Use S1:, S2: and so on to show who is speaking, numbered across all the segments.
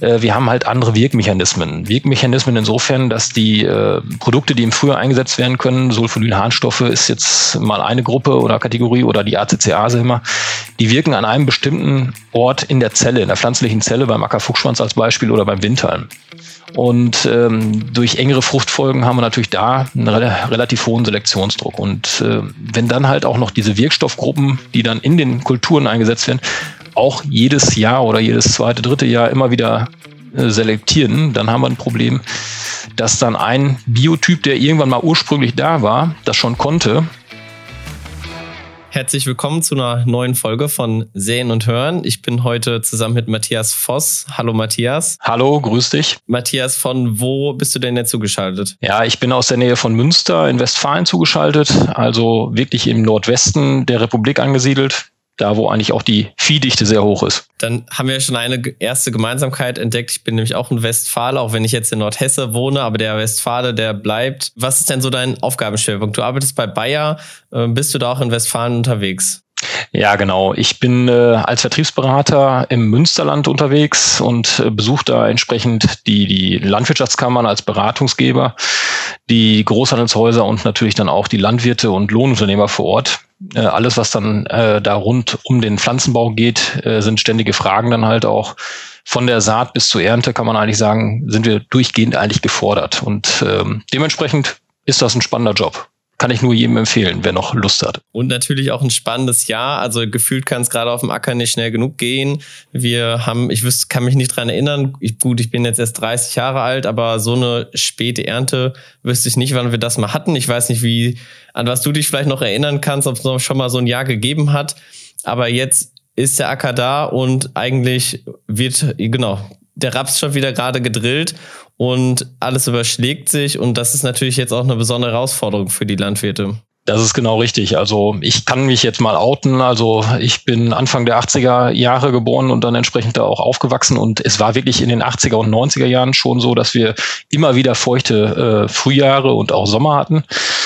S1: Wir haben halt andere Wirkmechanismen. Wirkmechanismen insofern, dass die Produkte, die im Frühjahr eingesetzt werden können, Sulfonylharnstoffe ist jetzt mal eine Gruppe oder Kategorie oder die ACCase immer, die wirken an einem bestimmten Ort in der Zelle, in der pflanzlichen Zelle, beim Ackerfuchsschwanz als Beispiel oder beim Windhalm. Und durch engere Fruchtfolgen haben wir natürlich da einen relativ hohen Selektionsdruck. Und wenn dann halt auch noch diese Wirkstoffgruppen, die dann in den Kulturen eingesetzt werden, auch jedes Jahr oder jedes zweite, dritte Jahr immer wieder selektieren, dann haben wir ein Problem, dass dann ein Biotyp, der irgendwann mal ursprünglich da war, das schon konnte.
S2: Herzlich willkommen zu einer neuen Folge von Säen und Hören. Ich bin heute zusammen mit Matthias Voss. Hallo Matthias.
S1: Hallo, grüß dich.
S2: Matthias, von wo bist du denn jetzt zugeschaltet?
S1: Ja, ich bin aus der Nähe von Münster in Westfalen zugeschaltet, also wirklich im Nordwesten der Republik angesiedelt. Da, wo eigentlich auch die Viehdichte sehr hoch ist.
S2: Dann haben wir schon eine erste Gemeinsamkeit entdeckt. Ich bin nämlich auch ein Westfale, auch wenn ich jetzt in Nordhesse wohne, aber der Westfale, der bleibt. Was ist denn so dein Aufgabenschwerpunkt? Du arbeitest bei Bayer, bist du da auch in Westfalen unterwegs?
S1: Ja, genau. Ich bin als Vertriebsberater im Münsterland unterwegs und besuche da entsprechend die Landwirtschaftskammern als Beratungsgeber, die Großhandelshäuser und natürlich dann auch die Landwirte und Lohnunternehmer vor Ort. Alles, was dann da rund um den Pflanzenbau geht, sind ständige Fragen dann halt auch. Von der Saat bis zur Ernte kann man eigentlich sagen, sind wir durchgehend eigentlich gefordert. Und dementsprechend ist das ein spannender Job. Kann ich nur jedem empfehlen, wer noch Lust hat.
S2: Und natürlich auch ein spannendes Jahr. Also gefühlt kann es gerade auf dem Acker nicht schnell genug gehen. Kann mich nicht dran erinnern. Ich bin jetzt erst 30 Jahre alt, aber so eine späte Ernte wüsste ich nicht, wann wir das mal hatten. Ich weiß nicht, an was du dich vielleicht noch erinnern kannst, ob es noch schon mal so ein Jahr gegeben hat. Aber jetzt ist der Acker da und eigentlich wird, der Raps schon wieder gerade gedrillt und alles überschlägt sich und das ist natürlich jetzt auch eine besondere Herausforderung für die Landwirte.
S1: Das ist genau richtig. Also ich kann mich jetzt mal outen. Also ich bin Anfang der 80er Jahre geboren und dann entsprechend da auch aufgewachsen und es war wirklich in den 80er und 90er Jahren schon so, dass wir immer wieder feuchte Frühjahre und auch Sommer hatten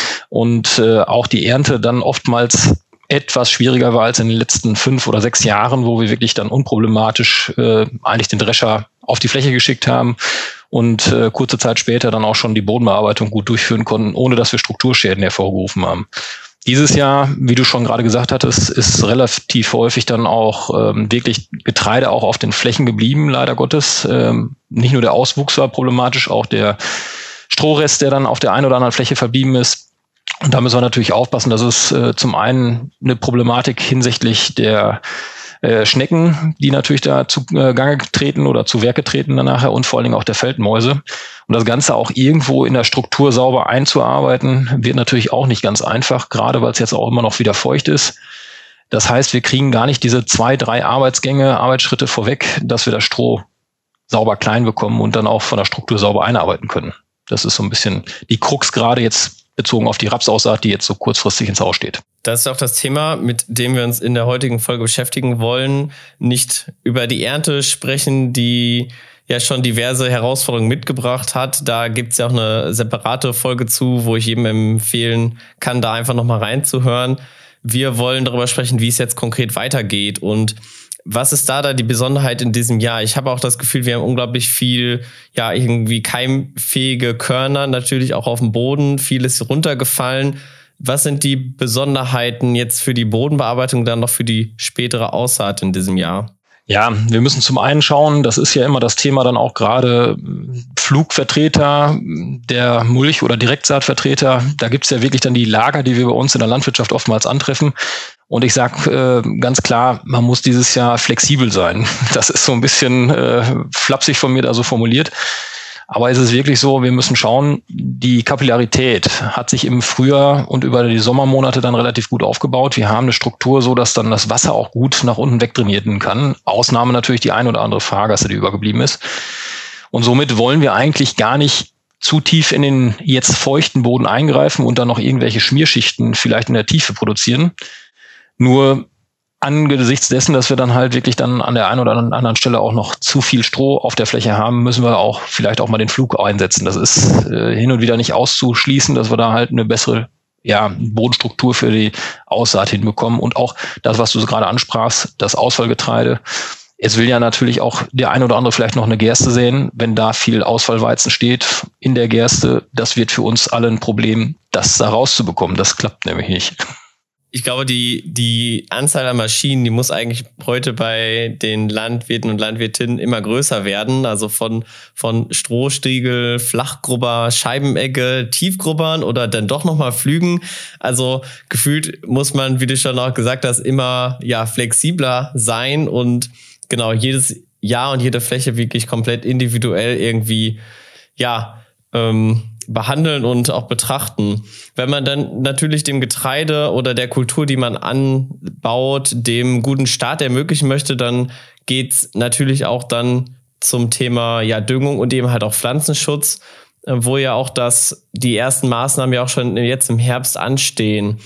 S1: und auch die Ernte dann oftmals etwas schwieriger war als in den letzten 5 oder 6 Jahren, wo wir wirklich dann unproblematisch eigentlich den Drescher auf die Fläche geschickt haben und kurze Zeit später dann auch schon die Bodenbearbeitung gut durchführen konnten, ohne dass wir Strukturschäden hervorgerufen haben. Dieses Jahr, wie du schon gerade gesagt hattest, ist relativ häufig dann auch wirklich Getreide auch auf den Flächen geblieben, leider Gottes. Nicht nur der Auswuchs war problematisch, auch der Strohrest, der dann auf der einen oder anderen Fläche verblieben ist. Und da müssen wir natürlich aufpassen, dass es zum einen eine Problematik hinsichtlich der Schnecken, die natürlich da zu Gange treten oder zu Werke treten dann nachher und vor allen Dingen auch der Feldmäuse. Und das Ganze auch irgendwo in der Struktur sauber einzuarbeiten, wird natürlich auch nicht ganz einfach, gerade weil es jetzt auch immer noch wieder feucht ist. Das heißt, wir kriegen gar nicht diese 2, 3 Arbeitsschritte vorweg, dass wir das Stroh sauber klein bekommen und dann auch von der Struktur sauber einarbeiten können. Das ist so ein bisschen die Krux gerade jetzt bezogen auf die Rapsaussaat, die jetzt so kurzfristig ins Haus steht.
S2: Das ist auch das Thema, mit dem wir uns in der heutigen Folge beschäftigen wollen. Nicht über die Ernte sprechen, die ja schon diverse Herausforderungen mitgebracht hat. Da gibt's ja auch eine separate Folge zu, wo ich jedem empfehlen kann, da einfach nochmal reinzuhören. Wir wollen darüber sprechen, wie es jetzt konkret weitergeht und was ist da die Besonderheit in diesem Jahr? Ich habe auch das Gefühl, wir haben unglaublich viel, irgendwie keimfähige Körner, natürlich auch auf dem Boden. Vieles runtergefallen. Was sind die Besonderheiten jetzt für die Bodenbearbeitung, dann noch für die spätere Aussaat in diesem Jahr?
S1: Ja, wir müssen zum einen schauen, das ist ja immer das Thema dann auch gerade Flugvertreter, der Mulch- oder Direktsaatvertreter. Da gibt's ja wirklich dann die Lager, die wir bei uns in der Landwirtschaft oftmals antreffen. Und ich sage ganz klar, man muss dieses Jahr flexibel sein. Das ist so ein bisschen flapsig von mir da so formuliert. Aber es ist wirklich so, wir müssen schauen, die Kapillarität hat sich im Frühjahr und über die Sommermonate dann relativ gut aufgebaut. Wir haben eine Struktur so, dass dann das Wasser auch gut nach unten wegdrainieren kann. Ausnahme natürlich die ein oder andere Fahrgasse, die übergeblieben ist. Und somit wollen wir eigentlich gar nicht zu tief in den jetzt feuchten Boden eingreifen und dann noch irgendwelche Schmierschichten vielleicht in der Tiefe produzieren. Nur angesichts dessen, dass wir dann halt wirklich dann an der einen oder anderen Stelle auch noch zu viel Stroh auf der Fläche haben, müssen wir auch vielleicht auch mal den Flug einsetzen. Das ist hin und wieder nicht auszuschließen, dass wir da halt eine bessere Bodenstruktur für die Aussaat hinbekommen. Und auch das, was du gerade ansprachst, das Ausfallgetreide, Es will ja natürlich auch der eine oder andere vielleicht noch eine Gerste säen, wenn da viel Ausfallweizen steht in der Gerste. Das wird für uns alle ein Problem, das da rauszubekommen. Das klappt nämlich nicht.
S2: Ich glaube, die Anzahl an Maschinen, die muss eigentlich heute bei den Landwirten und Landwirtinnen immer größer werden. Also von Strohstriegel, Flachgrubber, Scheibenegge, Tiefgrubbern oder dann doch nochmal Pflügen. Also gefühlt muss man, wie du schon auch gesagt hast, immer flexibler sein und genau jedes Jahr und jede Fläche wirklich komplett individuell irgendwie behandeln und auch betrachten. Wenn man dann natürlich dem Getreide oder der Kultur, die man anbaut, dem guten Start ermöglichen möchte, dann geht's natürlich auch dann zum Thema Düngung und eben halt auch Pflanzenschutz, wo ja auch die ersten Maßnahmen ja auch schon jetzt im Herbst anstehen.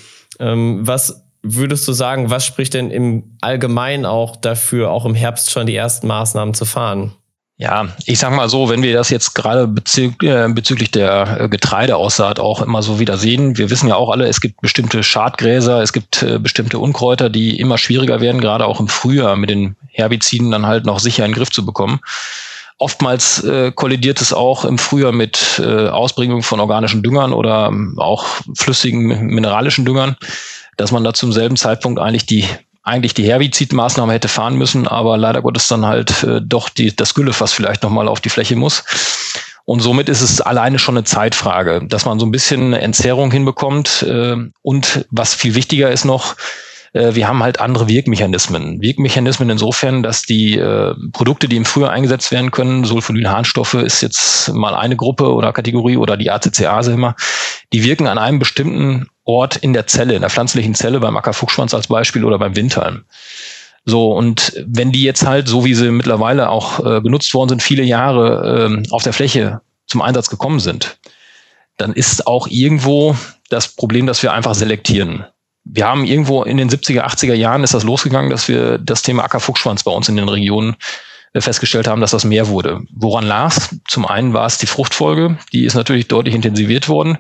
S2: Was würdest du sagen, was spricht denn im Allgemeinen auch dafür, auch im Herbst schon die ersten Maßnahmen zu fahren?
S1: Ja, ich sag mal so, wenn wir das jetzt gerade bezüglich der Getreideaussaat auch immer so wieder sehen, wir wissen ja auch alle, es gibt bestimmte Schadgräser, es gibt bestimmte Unkräuter, die immer schwieriger werden, gerade auch im Frühjahr mit den Herbiziden dann halt noch sicher in den Griff zu bekommen. Oftmals kollidiert es auch im Frühjahr mit Ausbringung von organischen Düngern oder auch flüssigen mineralischen Düngern, dass man da zum selben Zeitpunkt eigentlich die Herbizidmaßnahme hätte fahren müssen, aber leider Gottes dann halt doch das Güllefass vielleicht nochmal auf die Fläche muss. Und somit ist es alleine schon eine Zeitfrage, dass man so ein bisschen Entzerrung hinbekommt. Und was viel wichtiger ist noch, wir haben halt andere Wirkmechanismen. Wirkmechanismen insofern, dass die Produkte, die im Frühjahr eingesetzt werden können, Sulfonylharnstoffe ist jetzt mal eine Gruppe oder Kategorie oder die ACCase immer, die wirken an einem bestimmten Ort in der Zelle, in der pflanzlichen Zelle, beim Ackerfuchsschwanz als Beispiel oder beim Windhalm. So, und wenn die jetzt halt, so wie sie mittlerweile auch genutzt worden sind, viele Jahre auf der Fläche zum Einsatz gekommen sind, dann ist auch irgendwo das Problem, dass wir einfach selektieren. Wir haben irgendwo in den 70er, 80er Jahren ist das losgegangen, dass wir das Thema Ackerfuchsschwanz bei uns in den Regionen festgestellt haben, dass das mehr wurde. Woran lag's? Zum einen war es die Fruchtfolge, die ist natürlich deutlich intensiviert worden.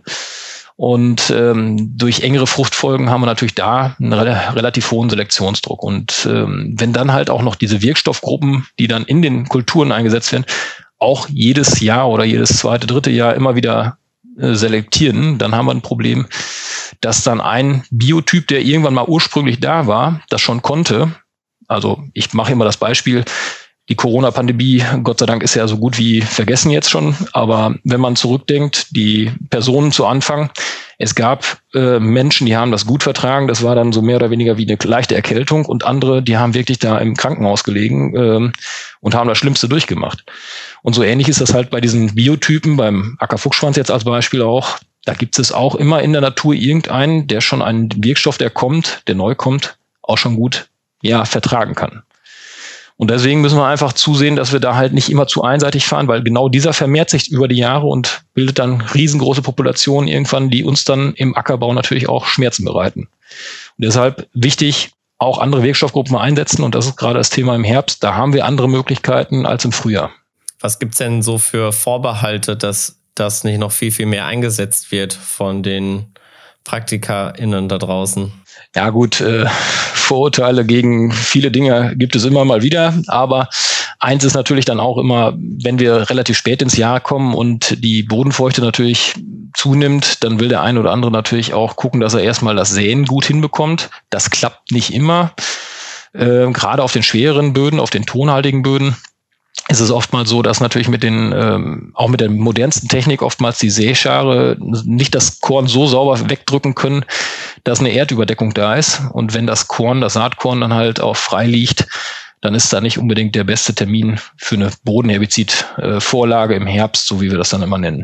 S1: Und durch engere Fruchtfolgen haben wir natürlich da einen relativ hohen Selektionsdruck. Und wenn dann halt auch noch diese Wirkstoffgruppen, die dann in den Kulturen eingesetzt werden, auch jedes Jahr oder jedes zweite, dritte Jahr immer wieder selektieren, dann haben wir ein Problem, dass dann ein Biotyp, der irgendwann mal ursprünglich da war, das schon konnte. Also ich mache immer das Beispiel, die Corona-Pandemie, Gott sei Dank, ist ja so gut wie vergessen jetzt schon. Aber wenn man zurückdenkt, die Personen zu Anfang, es gab Menschen, die haben das gut vertragen. Das war dann so mehr oder weniger wie eine leichte Erkältung. Und andere, die haben wirklich da im Krankenhaus gelegen und haben das Schlimmste durchgemacht. Und so ähnlich ist das halt bei diesen Biotypen, beim Ackerfuchsschwanz jetzt als Beispiel auch. Da gibt es auch immer in der Natur irgendeinen, der schon einen Wirkstoff, der neu kommt, auch schon gut vertragen kann. Und deswegen müssen wir einfach zusehen, dass wir da halt nicht immer zu einseitig fahren, weil genau dieser vermehrt sich über die Jahre und bildet dann riesengroße Populationen irgendwann, die uns dann im Ackerbau natürlich auch Schmerzen bereiten. Und deshalb wichtig, auch andere Wirkstoffgruppen einsetzen. Und das ist gerade das Thema im Herbst. Da haben wir andere Möglichkeiten als im Frühjahr.
S2: Was gibt's denn so für Vorbehalte, dass das nicht noch viel, viel mehr eingesetzt wird von den PraktikerInnen da draußen?
S1: Ja gut, Vorurteile gegen viele Dinge gibt es immer mal wieder, aber eins ist natürlich dann auch immer, wenn wir relativ spät ins Jahr kommen und die Bodenfeuchte natürlich zunimmt, dann will der eine oder andere natürlich auch gucken, dass er erstmal das Säen gut hinbekommt. Das klappt nicht immer, gerade auf den schwereren Böden, auf den tonhaltigen Böden. Ist es oftmals so, dass natürlich auch mit der modernsten Technik oftmals die Säschare nicht das Korn so sauber wegdrücken können, dass eine Erdüberdeckung da ist. Und wenn das Saatkorn dann halt auch frei liegt, dann ist da nicht unbedingt der beste Termin für eine Bodenherbizid-Vorlage im Herbst, so wie wir das dann immer nennen.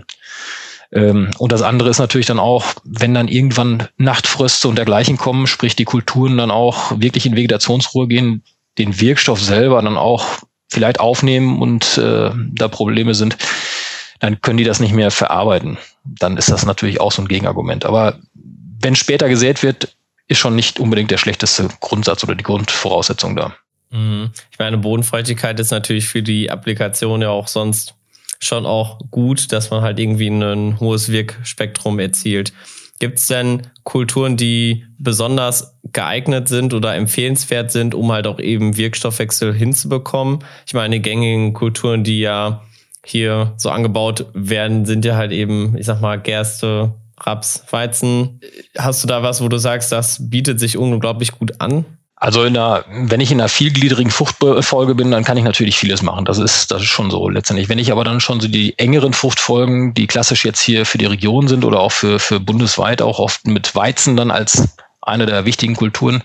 S1: Und das andere ist natürlich dann auch, wenn dann irgendwann Nachtfröste und dergleichen kommen, sprich die Kulturen dann auch wirklich in Vegetationsruhe gehen, den Wirkstoff selber dann auch vielleicht aufnehmen und da Probleme sind, dann können die das nicht mehr verarbeiten. Dann ist das natürlich auch so ein Gegenargument. Aber wenn später gesät wird, ist schon nicht unbedingt der schlechteste Grundsatz oder die Grundvoraussetzung da.
S2: Ich meine, Bodenfeuchtigkeit ist natürlich für die Applikation ja auch sonst schon auch gut, dass man halt irgendwie ein hohes Wirkspektrum erzielt. Gibt es denn Kulturen, die besonders geeignet sind oder empfehlenswert sind, um halt auch eben Wirkstoffwechsel hinzubekommen? Ich meine, die gängigen Kulturen, die ja hier so angebaut werden, sind ja halt eben, ich sag mal, Gerste, Raps, Weizen. Hast du da was, wo du sagst, das bietet sich unglaublich gut an?
S1: Also wenn ich in einer vielgliedrigen Fruchtfolge bin, dann kann ich natürlich vieles machen. Das ist schon so letztendlich. Wenn ich aber dann schon so die engeren Fruchtfolgen, die klassisch jetzt hier für die Region sind oder auch für bundesweit, auch oft mit Weizen dann als eine der wichtigen Kulturen.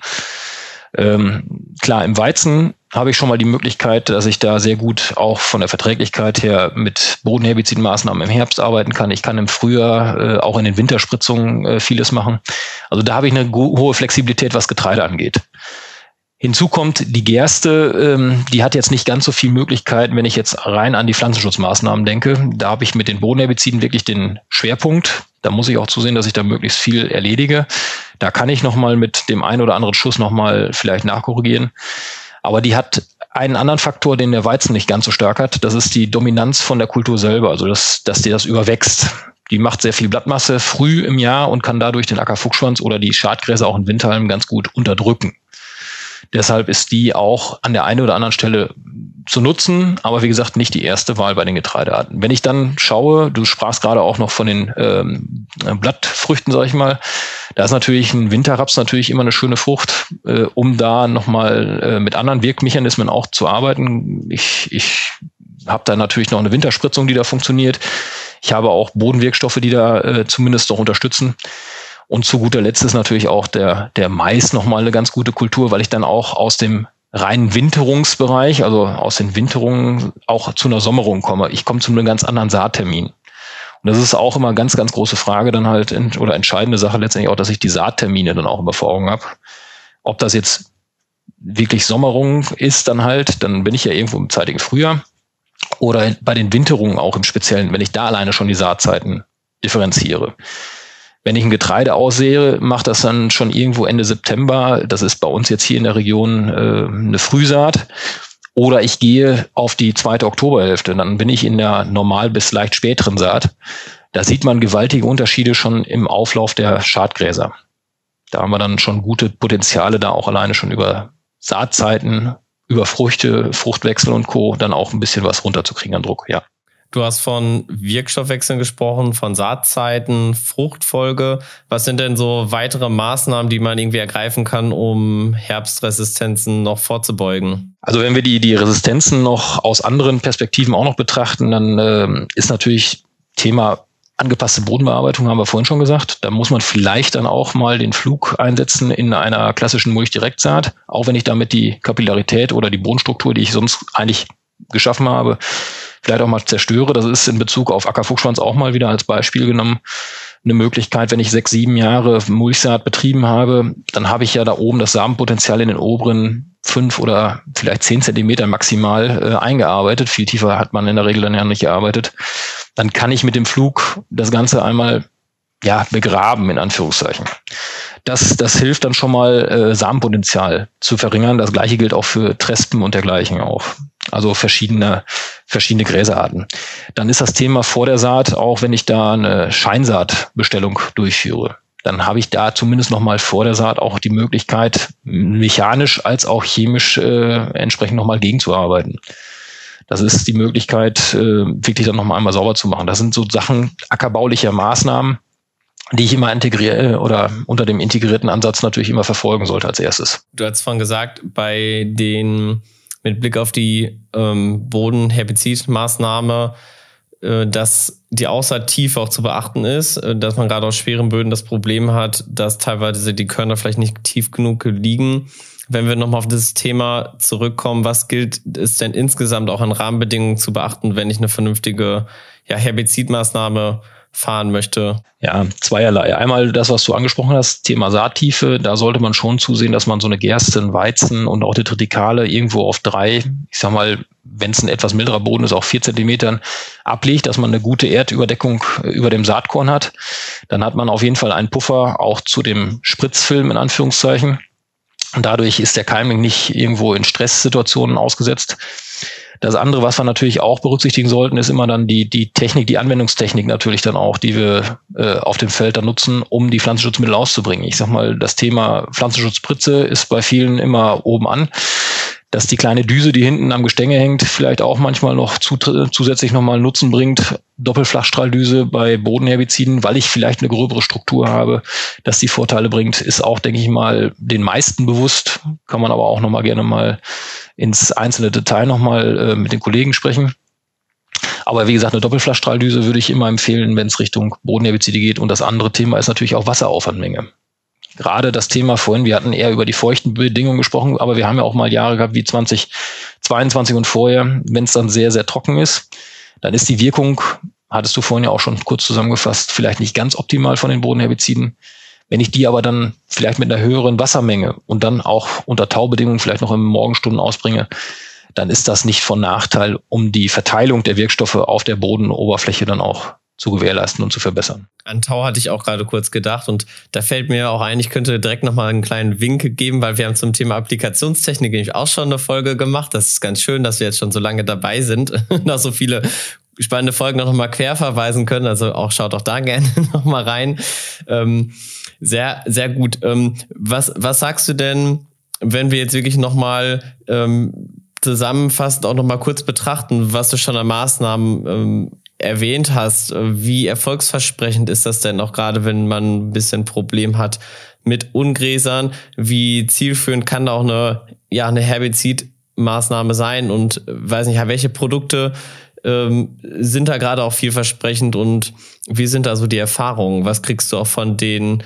S1: Klar, im Weizen habe ich schon mal die Möglichkeit, dass ich da sehr gut auch von der Verträglichkeit her mit Bodenherbizidmaßnahmen im Herbst arbeiten kann. Ich kann im Frühjahr auch in den Winterspritzungen vieles machen. Also da habe ich eine hohe Flexibilität, was Getreide angeht. Hinzu kommt die Gerste, die hat jetzt nicht ganz so viele Möglichkeiten, wenn ich jetzt rein an die Pflanzenschutzmaßnahmen denke. Da habe ich mit den Bodenherbiziden wirklich den Schwerpunkt. Da muss ich auch zusehen, dass ich da möglichst viel erledige. Da kann ich nochmal mit dem einen oder anderen Schuss nochmal vielleicht nachkorrigieren. Aber die hat einen anderen Faktor, den der Weizen nicht ganz so stark hat. Das ist die Dominanz von der Kultur selber, also dass die das überwächst. Die macht sehr viel Blattmasse früh im Jahr und kann dadurch den Ackerfuchsschwanz oder die Schadgräser auch in Winterhalmen ganz gut unterdrücken. Deshalb ist die auch an der einen oder anderen Stelle zu nutzen, aber wie gesagt nicht die erste Wahl bei den Getreidearten. Wenn ich dann schaue, du sprachst gerade auch noch von den Blattfrüchten, sag ich mal, da ist natürlich ein Winterraps natürlich immer eine schöne Frucht, um da nochmal mit anderen Wirkmechanismen auch zu arbeiten. Ich habe da natürlich noch eine Winterspritzung, die da funktioniert. Ich habe auch Bodenwirkstoffe, die da zumindest noch unterstützen. Und zu guter Letzt ist natürlich auch der Mais nochmal eine ganz gute Kultur, weil ich dann auch aus dem reinen Winterungsbereich, also aus den Winterungen auch zu einer Sommerung komme. Ich komme zu einem ganz anderen Saattermin. Und das ist auch immer eine ganz, ganz große Frage dann halt oder entscheidende Sache letztendlich auch, dass ich die Saattermine dann auch immer vor Augen habe. Ob das jetzt wirklich Sommerung ist dann halt, dann bin ich ja irgendwo im zeitigen Frühjahr. Oder bei den Winterungen auch im Speziellen, wenn ich da alleine schon die Saatzeiten differenziere. Wenn ich ein Getreide aussähe, macht das dann schon irgendwo Ende September. Das ist bei uns jetzt hier in der Region eine Frühsaat. Oder ich gehe auf die 2. Oktoberhälfte. Dann bin ich in der normal bis leicht späteren Saat. Da sieht man gewaltige Unterschiede schon im Auflauf der Schadgräser. Da haben wir dann schon gute Potenziale, da auch alleine schon über Saatzeiten, über Früchte, Fruchtwechsel und Co. dann auch ein bisschen was runterzukriegen an Druck, ja.
S2: Du hast von Wirkstoffwechseln gesprochen, von Saatzeiten, Fruchtfolge. Was sind denn so weitere Maßnahmen, die man irgendwie ergreifen kann, um Herbstresistenzen noch vorzubeugen?
S1: Also wenn wir die Resistenzen noch aus anderen Perspektiven auch noch betrachten, dann ist natürlich Thema angepasste Bodenbearbeitung, haben wir vorhin schon gesagt. Da muss man vielleicht dann auch mal den Flug einsetzen in einer klassischen Mulchdirektsaat, auch wenn ich damit die Kapillarität oder die Bodenstruktur, die ich sonst eigentlich geschaffen habe, vielleicht auch mal zerstöre. Das ist in Bezug auf Ackerfuchsschwanz auch mal wieder als Beispiel genommen eine Möglichkeit. Wenn ich 6, 7 Jahre Mulchsaat betrieben habe, dann habe ich ja da oben das Samenpotenzial in den oberen 5 oder vielleicht 10 Zentimeter maximal eingearbeitet. Viel tiefer hat man in der Regel dann ja nicht gearbeitet. Dann kann ich mit dem Flug das Ganze einmal begraben, in Anführungszeichen. Das hilft dann schon mal, Samenpotenzial zu verringern. Das Gleiche gilt auch für Trespen und dergleichen auch. Also verschiedene Gräserarten. Dann ist das Thema vor der Saat, auch wenn ich da eine Scheinsaatbestellung durchführe, dann habe ich da zumindest noch mal vor der Saat auch die Möglichkeit, mechanisch als auch chemisch entsprechend noch mal gegenzuarbeiten. Das ist die Möglichkeit, wirklich dann noch mal einmal sauber zu machen. Das sind so Sachen ackerbaulicher Maßnahmen, die ich immer integriere oder unter dem integrierten Ansatz natürlich immer verfolgen sollte als erstes.
S2: Du hast vorhin gesagt, mit Blick auf die Bodenherbizidmaßnahme, dass die Aussaattiefe auch zu beachten ist, dass man gerade auf schweren Böden das Problem hat, dass teilweise die Körner vielleicht nicht tief genug liegen. Wenn wir nochmal auf dieses Thema zurückkommen, was gilt es denn insgesamt auch an Rahmenbedingungen zu beachten, wenn ich eine vernünftige Herbizidmaßnahme fahren möchte?
S1: Ja, zweierlei. Einmal das, was du angesprochen hast, Thema Saattiefe. Da sollte man schon zusehen, dass man so eine Gerste, einen Weizen und auch die Tritikale irgendwo auf 3, ich sag mal, wenn es ein etwas milderer Boden ist, auch 4 Zentimetern ablegt, dass man eine gute Erdüberdeckung über dem Saatkorn hat. Dann hat man auf jeden Fall einen Puffer auch zu dem Spritzfilm in Anführungszeichen. Und dadurch ist der Keimling nicht irgendwo in Stresssituationen ausgesetzt. Das andere, was wir natürlich auch berücksichtigen sollten, ist immer dann die Technik, die Anwendungstechnik natürlich dann auch, die wir auf dem Feld dann nutzen, um die Pflanzenschutzmittel auszubringen. Ich sag mal, das Thema Pflanzenschutzspritze ist bei vielen immer oben an. Dass die kleine Düse, die hinten am Gestänge hängt, vielleicht auch manchmal noch zusätzlich nochmal Nutzen bringt. Doppelflachstrahldüse bei Bodenherbiziden, weil ich vielleicht eine gröbere Struktur habe, dass die Vorteile bringt, ist auch, denke ich mal, den meisten bewusst. Kann man aber auch nochmal gerne mal ins einzelne Detail nochmal mit den Kollegen sprechen. Aber wie gesagt, eine Doppelflachstrahldüse würde ich immer empfehlen, wenn es Richtung Bodenherbizide geht. Und das andere Thema ist natürlich auch Wasseraufwandmenge. Gerade das Thema vorhin, wir hatten eher über die feuchten Bedingungen gesprochen, aber wir haben ja auch mal Jahre gehabt wie 2022 und vorher, wenn es dann sehr, sehr trocken ist, dann ist die Wirkung, hattest du vorhin ja auch schon kurz zusammengefasst, vielleicht nicht ganz optimal von den Bodenherbiziden. Wenn ich die aber dann vielleicht mit einer höheren Wassermenge und dann auch unter Taubedingungen vielleicht noch in Morgenstunden ausbringe, dann ist das nicht von Nachteil, um die Verteilung der Wirkstoffe auf der Bodenoberfläche dann auch zu gewährleisten und zu verbessern.
S2: An Tau hatte ich auch gerade kurz gedacht und da fällt mir auch ein, ich könnte direkt nochmal einen kleinen Wink geben, weil wir haben zum Thema Applikationstechnik nämlich auch schon eine Folge gemacht. Das ist ganz schön, dass wir jetzt schon so lange dabei sind und auch so viele spannende Folgen noch mal quer verweisen können. Also auch schaut auch da gerne noch mal rein. Sehr, sehr gut. Was sagst du denn, wenn wir jetzt wirklich noch mal zusammenfassend auch noch mal kurz betrachten, was du schon an Maßnahmen erwähnt hast, wie erfolgsversprechend ist das denn auch gerade, wenn man ein bisschen Problem hat mit Ungräsern? Wie zielführend kann da auch eine Herbizidmaßnahme sein? Und weiß nicht, welche Produkte sind da gerade auch vielversprechend und wie sind da so die Erfahrungen? Was kriegst du auch von den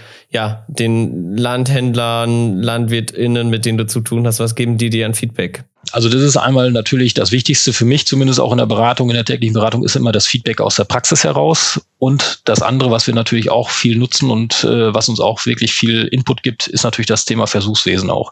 S2: Landhändlern, LandwirtInnen, mit denen du zu tun hast? Was geben die dir an Feedback?
S1: Also das ist einmal natürlich das Wichtigste für mich, zumindest auch in der Beratung, in der täglichen Beratung, ist immer das Feedback aus der Praxis heraus. Und das andere, was wir natürlich auch viel nutzen und was uns auch wirklich viel Input gibt, ist natürlich das Thema Versuchswesen auch.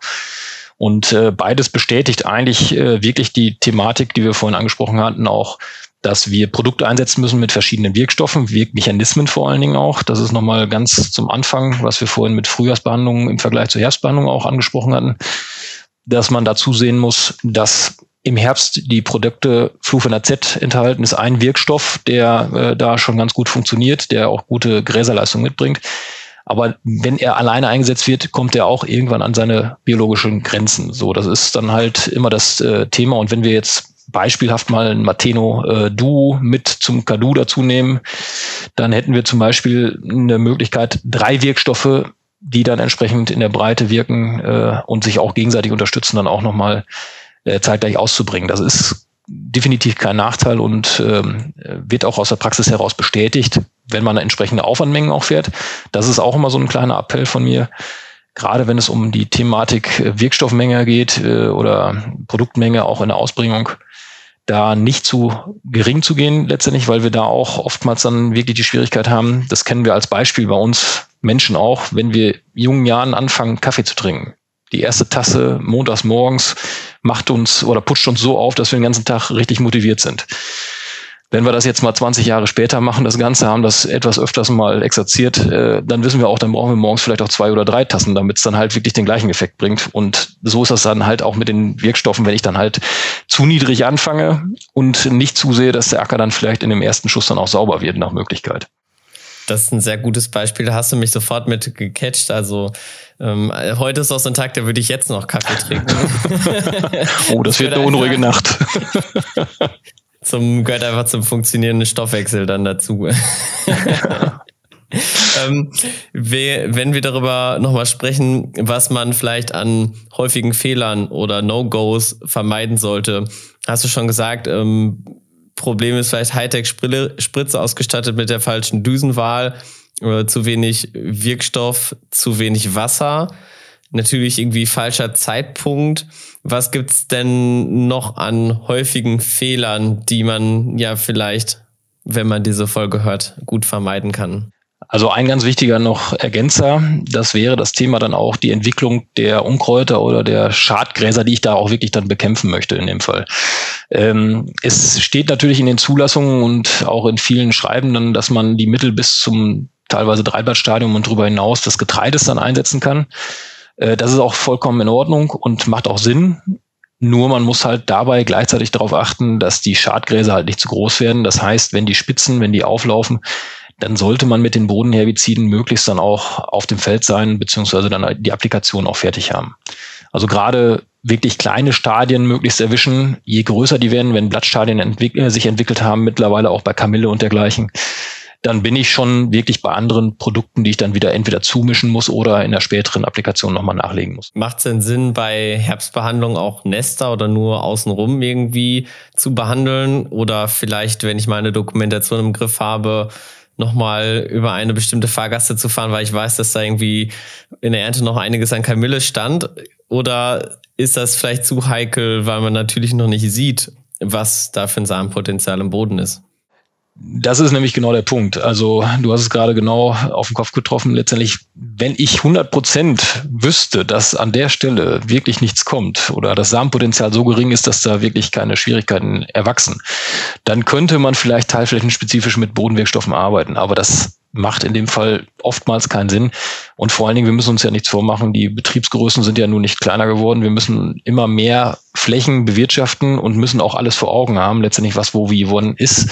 S1: Und beides bestätigt eigentlich wirklich die Thematik, die wir vorhin angesprochen hatten, auch, dass wir Produkte einsetzen müssen mit verschiedenen Wirkstoffen, Wirkmechanismen vor allen Dingen auch. Das ist nochmal ganz zum Anfang, was wir vorhin mit Frühjahrsbehandlungen im Vergleich zur Herbstbehandlung auch angesprochen hatten, dass man dazu sehen muss, dass im Herbst die Produkte Fluphenazid enthalten, ist ein Wirkstoff, der da schon ganz gut funktioniert, der auch gute Gräserleistung mitbringt. Aber wenn er alleine eingesetzt wird, kommt er auch irgendwann an seine biologischen Grenzen. So, das ist dann halt immer das Thema. Und wenn wir jetzt beispielhaft mal ein Mateno Duo mit zum Kadu dazu nehmen, dann hätten wir zum Beispiel eine Möglichkeit, 3 Wirkstoffe, die dann entsprechend in der Breite wirken und sich auch gegenseitig unterstützen, dann auch nochmal zeitgleich auszubringen. Das ist definitiv kein Nachteil und wird auch aus der Praxis heraus bestätigt, wenn man entsprechende Aufwandmengen auch fährt. Das ist auch immer so ein kleiner Appell von mir, gerade wenn es um die Thematik Wirkstoffmenge geht oder Produktmenge auch in der Ausbringung, da nicht zu gering zu gehen letztendlich, weil wir da auch oftmals dann wirklich die Schwierigkeit haben, das kennen wir als Beispiel bei uns Menschen auch, wenn wir jungen Jahren anfangen, Kaffee zu trinken. Die erste Tasse montags morgens macht uns oder putscht uns so auf, dass wir den ganzen Tag richtig motiviert sind. Wenn wir das jetzt mal 20 Jahre später machen, das Ganze, haben das etwas öfters mal exerziert, dann wissen wir auch, dann brauchen wir morgens vielleicht auch 2 oder 3 Tassen, damit es dann halt wirklich den gleichen Effekt bringt. Und so ist das dann halt auch mit den Wirkstoffen, wenn ich dann halt zu niedrig anfange und nicht zusehe, dass der Acker dann vielleicht in dem ersten Schuss dann auch sauber wird nach Möglichkeit.
S2: Das ist ein sehr gutes Beispiel, da hast du mich sofort mit gecatcht. Also heute ist auch so ein Tag, da würde ich jetzt noch Kaffee trinken.
S1: Oh, das wird eine unruhige Nacht.
S2: Gehört einfach zum funktionierenden Stoffwechsel dann dazu. Wenn wir darüber nochmal sprechen, was man vielleicht an häufigen Fehlern oder No-Gos vermeiden sollte, hast du schon gesagt, Problem ist vielleicht Hightech-Spritze ausgestattet mit der falschen Düsenwahl, zu wenig Wirkstoff, zu wenig Wasser, natürlich irgendwie falscher Zeitpunkt. Was gibt's denn noch an häufigen Fehlern, die man ja vielleicht, wenn man diese Folge hört, gut vermeiden kann?
S1: Also ein ganz wichtiger noch Ergänzer, das wäre das Thema dann auch die Entwicklung der Unkräuter oder der Schadgräser, die ich da auch wirklich dann bekämpfen möchte in dem Fall. Es steht natürlich in den Zulassungen und auch in vielen Schreiben dann, dass man die Mittel bis zum teilweise Dreiblattstadium und darüber hinaus des Getreides dann einsetzen kann. Das ist auch vollkommen in Ordnung und macht auch Sinn. Nur man muss halt dabei gleichzeitig darauf achten, dass die Schadgräser halt nicht zu groß werden. Das heißt, wenn die auflaufen, dann sollte man mit den Bodenherbiziden möglichst dann auch auf dem Feld sein, beziehungsweise dann die Applikation auch fertig haben. Also gerade wirklich kleine Stadien möglichst erwischen, je größer die werden, wenn Blattstadien sich entwickelt haben, mittlerweile auch bei Kamille und dergleichen, dann bin ich schon wirklich bei anderen Produkten, die ich dann wieder entweder zumischen muss oder in der späteren Applikation nochmal nachlegen muss.
S2: Macht es denn Sinn, bei Herbstbehandlung auch Nester oder nur außenrum irgendwie zu behandeln? Oder vielleicht, wenn ich meine Dokumentation im Griff habe, nochmal über eine bestimmte Fahrgasse zu fahren, weil ich weiß, dass da irgendwie in der Ernte noch einiges an Kamille stand? Oder ist das vielleicht zu heikel, weil man natürlich noch nicht sieht, was da für ein Samenpotenzial im Boden ist?
S1: Das ist nämlich genau der Punkt. Also du hast es gerade genau auf den Kopf getroffen. Letztendlich, wenn ich 100% wüsste, dass an der Stelle wirklich nichts kommt oder das Samenpotenzial so gering ist, dass da wirklich keine Schwierigkeiten erwachsen, dann könnte man vielleicht teilflächenspezifisch mit Bodenwirkstoffen arbeiten. Aber das macht in dem Fall oftmals keinen Sinn. Und vor allen Dingen, wir müssen uns ja nichts vormachen, die Betriebsgrößen sind ja nun nicht kleiner geworden. Wir müssen immer mehr Flächen bewirtschaften und müssen auch alles vor Augen haben, letztendlich was wo wie wann ist.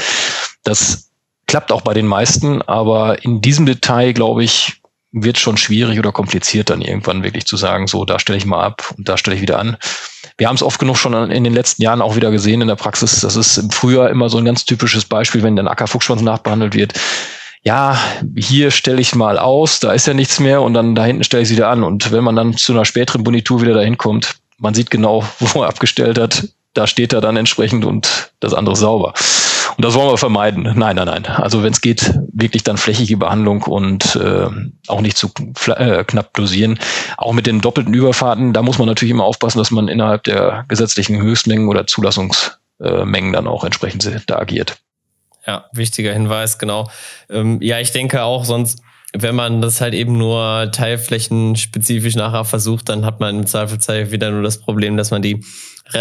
S1: Das klappt auch bei den meisten, aber in diesem Detail, glaube ich, wird schon schwierig oder kompliziert dann irgendwann wirklich zu sagen, so, da stelle ich mal ab und da stelle ich wieder an. Wir haben es oft genug schon in den letzten Jahren auch wieder gesehen in der Praxis. Das ist im Frühjahr immer so ein ganz typisches Beispiel, wenn dann Ackerfuchsschwanz nachbehandelt wird. Ja, hier stelle ich mal aus, da ist ja nichts mehr und dann da hinten stelle ich es wieder an. Und wenn man dann zu einer späteren Bonitur wieder dahin kommt, man sieht genau, wo er abgestellt hat, da steht er dann entsprechend und das andere ist sauber. Und das wollen wir vermeiden. Nein. Also wenn es geht, wirklich dann flächige Behandlung und auch nicht zu knapp dosieren. Auch mit den doppelten Überfahrten, da muss man natürlich immer aufpassen, dass man innerhalb der gesetzlichen Höchstmengen oder Zulassungsmengen dann auch entsprechend da agiert.
S2: Ja, wichtiger Hinweis, genau. Ja, ich denke auch, sonst, wenn man das halt eben nur teilflächenspezifisch nachher versucht, dann hat man im Zweifelsfall wieder nur das Problem, dass man die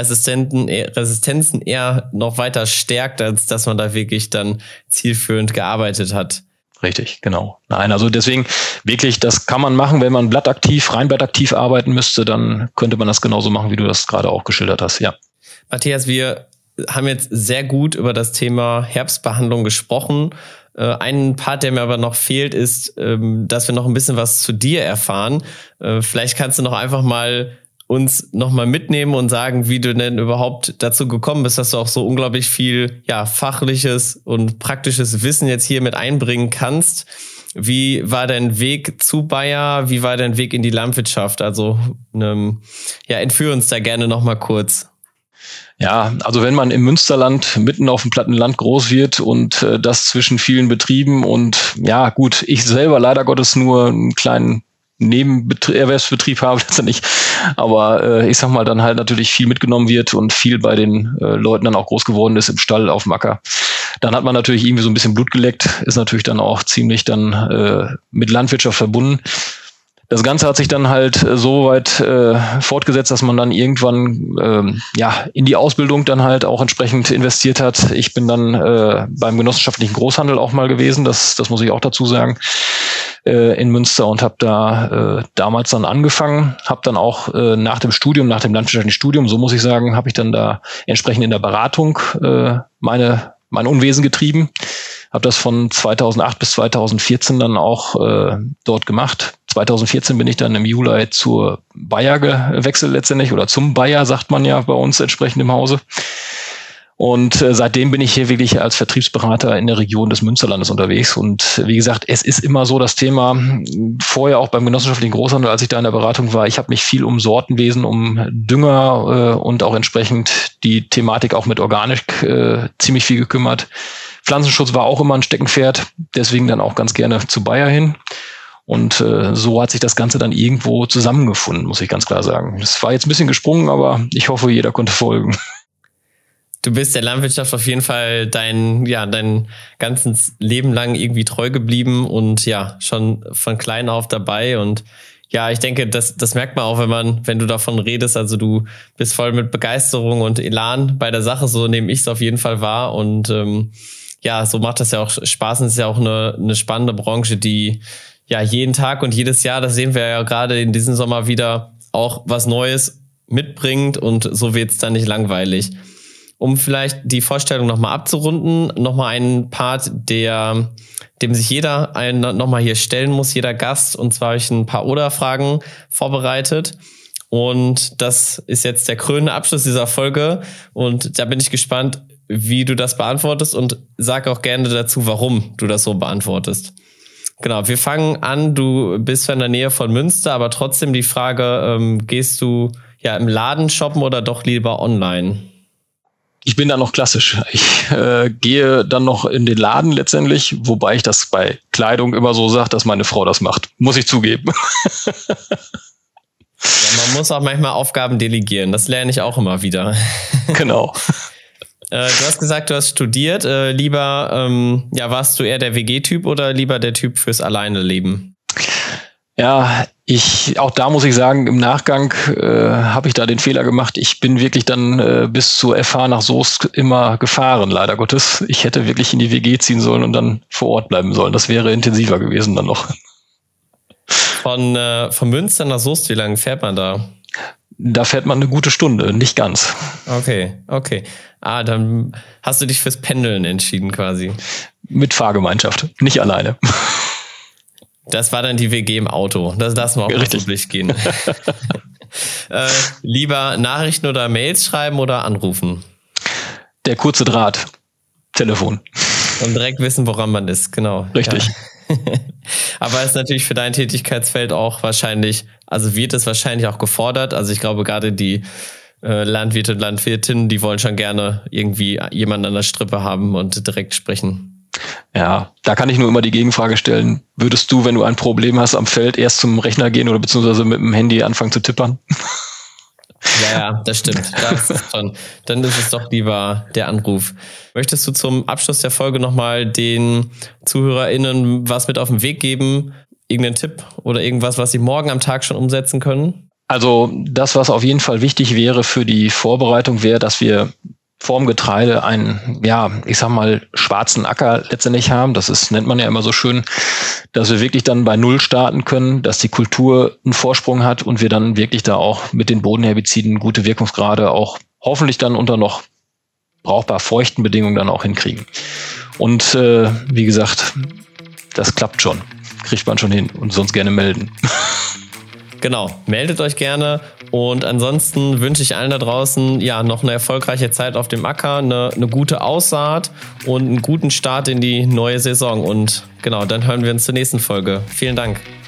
S2: Resistenzen eher noch weiter stärkt, als dass man da wirklich dann zielführend gearbeitet hat.
S1: Richtig, genau. Nein, also deswegen wirklich, das kann man machen, wenn man rein blattaktiv arbeiten müsste, dann könnte man das genauso machen, wie du das gerade auch geschildert hast, ja.
S2: Matthias, wir haben jetzt sehr gut über das Thema Herbstbehandlung gesprochen. Ein Part, der mir aber noch fehlt, ist, dass wir noch ein bisschen was zu dir erfahren. Vielleicht kannst du noch einfach mal uns nochmal mitnehmen und sagen, wie du denn überhaupt dazu gekommen bist, dass du auch so unglaublich viel fachliches und praktisches Wissen jetzt hier mit einbringen kannst. Wie war dein Weg zu Bayer? Wie war dein Weg in die Landwirtschaft? Also entführ uns da gerne nochmal kurz.
S1: Ja, also wenn man im Münsterland mitten auf dem platten Land groß wird und das zwischen vielen Betrieben und ja gut, ich selber leider Gottes nur einen kleinen Erwerbsbetrieb habe, letztendlich, aber ich sag mal, dann halt natürlich viel mitgenommen wird und viel bei den Leuten dann auch groß geworden ist im Stall, auf dem Acker. Dann hat man natürlich irgendwie so ein bisschen Blut geleckt, ist natürlich dann auch ziemlich dann mit Landwirtschaft verbunden. Das Ganze hat sich dann halt so weit fortgesetzt, dass man dann irgendwann in die Ausbildung dann halt auch entsprechend investiert hat. Ich bin dann beim genossenschaftlichen Großhandel auch mal gewesen, das muss ich auch dazu sagen, in Münster und habe da damals dann angefangen, habe dann auch nach dem landwirtschaftlichen Studium, so muss ich sagen, habe ich dann da entsprechend in der Beratung mein Unwesen getrieben. Habe das von 2008 bis 2014 dann auch dort gemacht. 2014 bin ich dann im Juli zur Bayer gewechselt letztendlich, oder zum Bayer, sagt man ja bei uns entsprechend im Hause. Und seitdem bin ich hier wirklich als Vertriebsberater in der Region des Münsterlandes unterwegs. Und wie gesagt, es ist immer so das Thema, vorher auch beim genossenschaftlichen Großhandel, als ich da in der Beratung war, ich habe mich viel um Sortenwesen, um Dünger und auch entsprechend die Thematik auch mit Organik ziemlich viel gekümmert. Pflanzenschutz war auch immer ein Steckenpferd, deswegen dann auch ganz gerne zu Bayer hin. Und so hat sich das Ganze dann irgendwo zusammengefunden, muss ich ganz klar sagen. Es war jetzt ein bisschen gesprungen, aber ich hoffe, jeder konnte folgen.
S2: Du bist der Landwirtschaft auf jeden Fall dein ganzes Leben lang irgendwie treu geblieben und ja, schon von klein auf dabei. Und ja, ich denke, das merkt man auch, wenn du davon redest. Also du bist voll mit Begeisterung und Elan bei der Sache, so nehme ich es auf jeden Fall wahr. Und so macht das ja auch Spaß und es ist ja auch eine spannende Branche, die ja jeden Tag und jedes Jahr, das sehen wir ja gerade in diesem Sommer wieder, auch was Neues mitbringt und so wird es dann nicht langweilig. Um vielleicht die Vorstellung nochmal abzurunden, nochmal einen Part, dem sich jeder nochmal hier stellen muss, jeder Gast. Und zwar habe ich ein paar Oder-Fragen vorbereitet. Und das ist jetzt der krönende Abschluss dieser Folge. Und da bin ich gespannt, wie du das beantwortest. Und sag auch gerne dazu, warum du das so beantwortest. Genau, wir fangen an. Du bist in der Nähe von Münster, aber trotzdem die Frage, gehst du ja im Laden shoppen oder doch lieber online?
S1: Ich bin da noch klassisch. Ich gehe dann noch in den Laden letztendlich, wobei ich das bei Kleidung immer so sage, dass meine Frau das macht. Muss ich zugeben.
S2: Ja, man muss auch manchmal Aufgaben delegieren. Das lerne ich auch immer wieder.
S1: Genau.
S2: Du hast gesagt, du hast studiert. Warst du eher der WG-Typ oder lieber der Typ fürs Alleine-Leben?
S1: Ja, auch da muss ich sagen, im Nachgang habe ich da den Fehler gemacht. Ich bin wirklich dann bis zur FH nach Soest immer gefahren, leider Gottes. Ich hätte wirklich in die WG ziehen sollen und dann vor Ort bleiben sollen. Das wäre intensiver gewesen dann noch.
S2: Von Münster nach Soest, wie lange fährt man da?
S1: Da fährt man eine gute Stunde, nicht ganz.
S2: Okay. Dann hast du dich fürs Pendeln entschieden quasi.
S1: Mit Fahrgemeinschaft, nicht alleine.
S2: Das war dann die WG im Auto. Das lassen wir auch mal so durchgehen. Lieber Nachrichten oder Mails schreiben oder anrufen?
S1: Der kurze Draht. Telefon.
S2: Und direkt wissen, woran man ist. Genau.
S1: Richtig.
S2: Ja. Aber ist natürlich für dein Tätigkeitsfeld auch wird es wahrscheinlich auch gefordert. Also ich glaube, gerade die Landwirte und Landwirtinnen, die wollen schon gerne irgendwie jemanden an der Strippe haben und direkt sprechen. Ja,
S1: da kann ich nur immer die Gegenfrage stellen. Würdest du, wenn du ein Problem hast am Feld, erst zum Rechner gehen oder beziehungsweise mit dem Handy anfangen zu tippern?
S2: Ja, das stimmt. Dann ist es doch lieber der Anruf. Möchtest du zum Abschluss der Folge nochmal den ZuhörerInnen was mit auf den Weg geben? Irgendeinen Tipp oder irgendwas, was sie morgen am Tag schon umsetzen können? Also das, was auf jeden Fall wichtig wäre für die Vorbereitung, wäre, dass wir vorm Getreide einen, schwarzen Acker letztendlich haben. Nennt man ja immer so schön, dass wir wirklich dann bei Null starten können, dass die Kultur einen Vorsprung hat und wir dann wirklich da auch mit den Bodenherbiziden gute Wirkungsgrade auch hoffentlich dann unter noch brauchbar feuchten Bedingungen dann auch hinkriegen. Und wie gesagt, das klappt schon. Kriegt man schon hin und sonst gerne melden. Genau, meldet euch gerne und ansonsten wünsche ich allen da draußen noch eine erfolgreiche Zeit auf dem Acker, eine gute Aussaat und einen guten Start in die neue Saison und genau, dann hören wir uns zur nächsten Folge. Vielen Dank.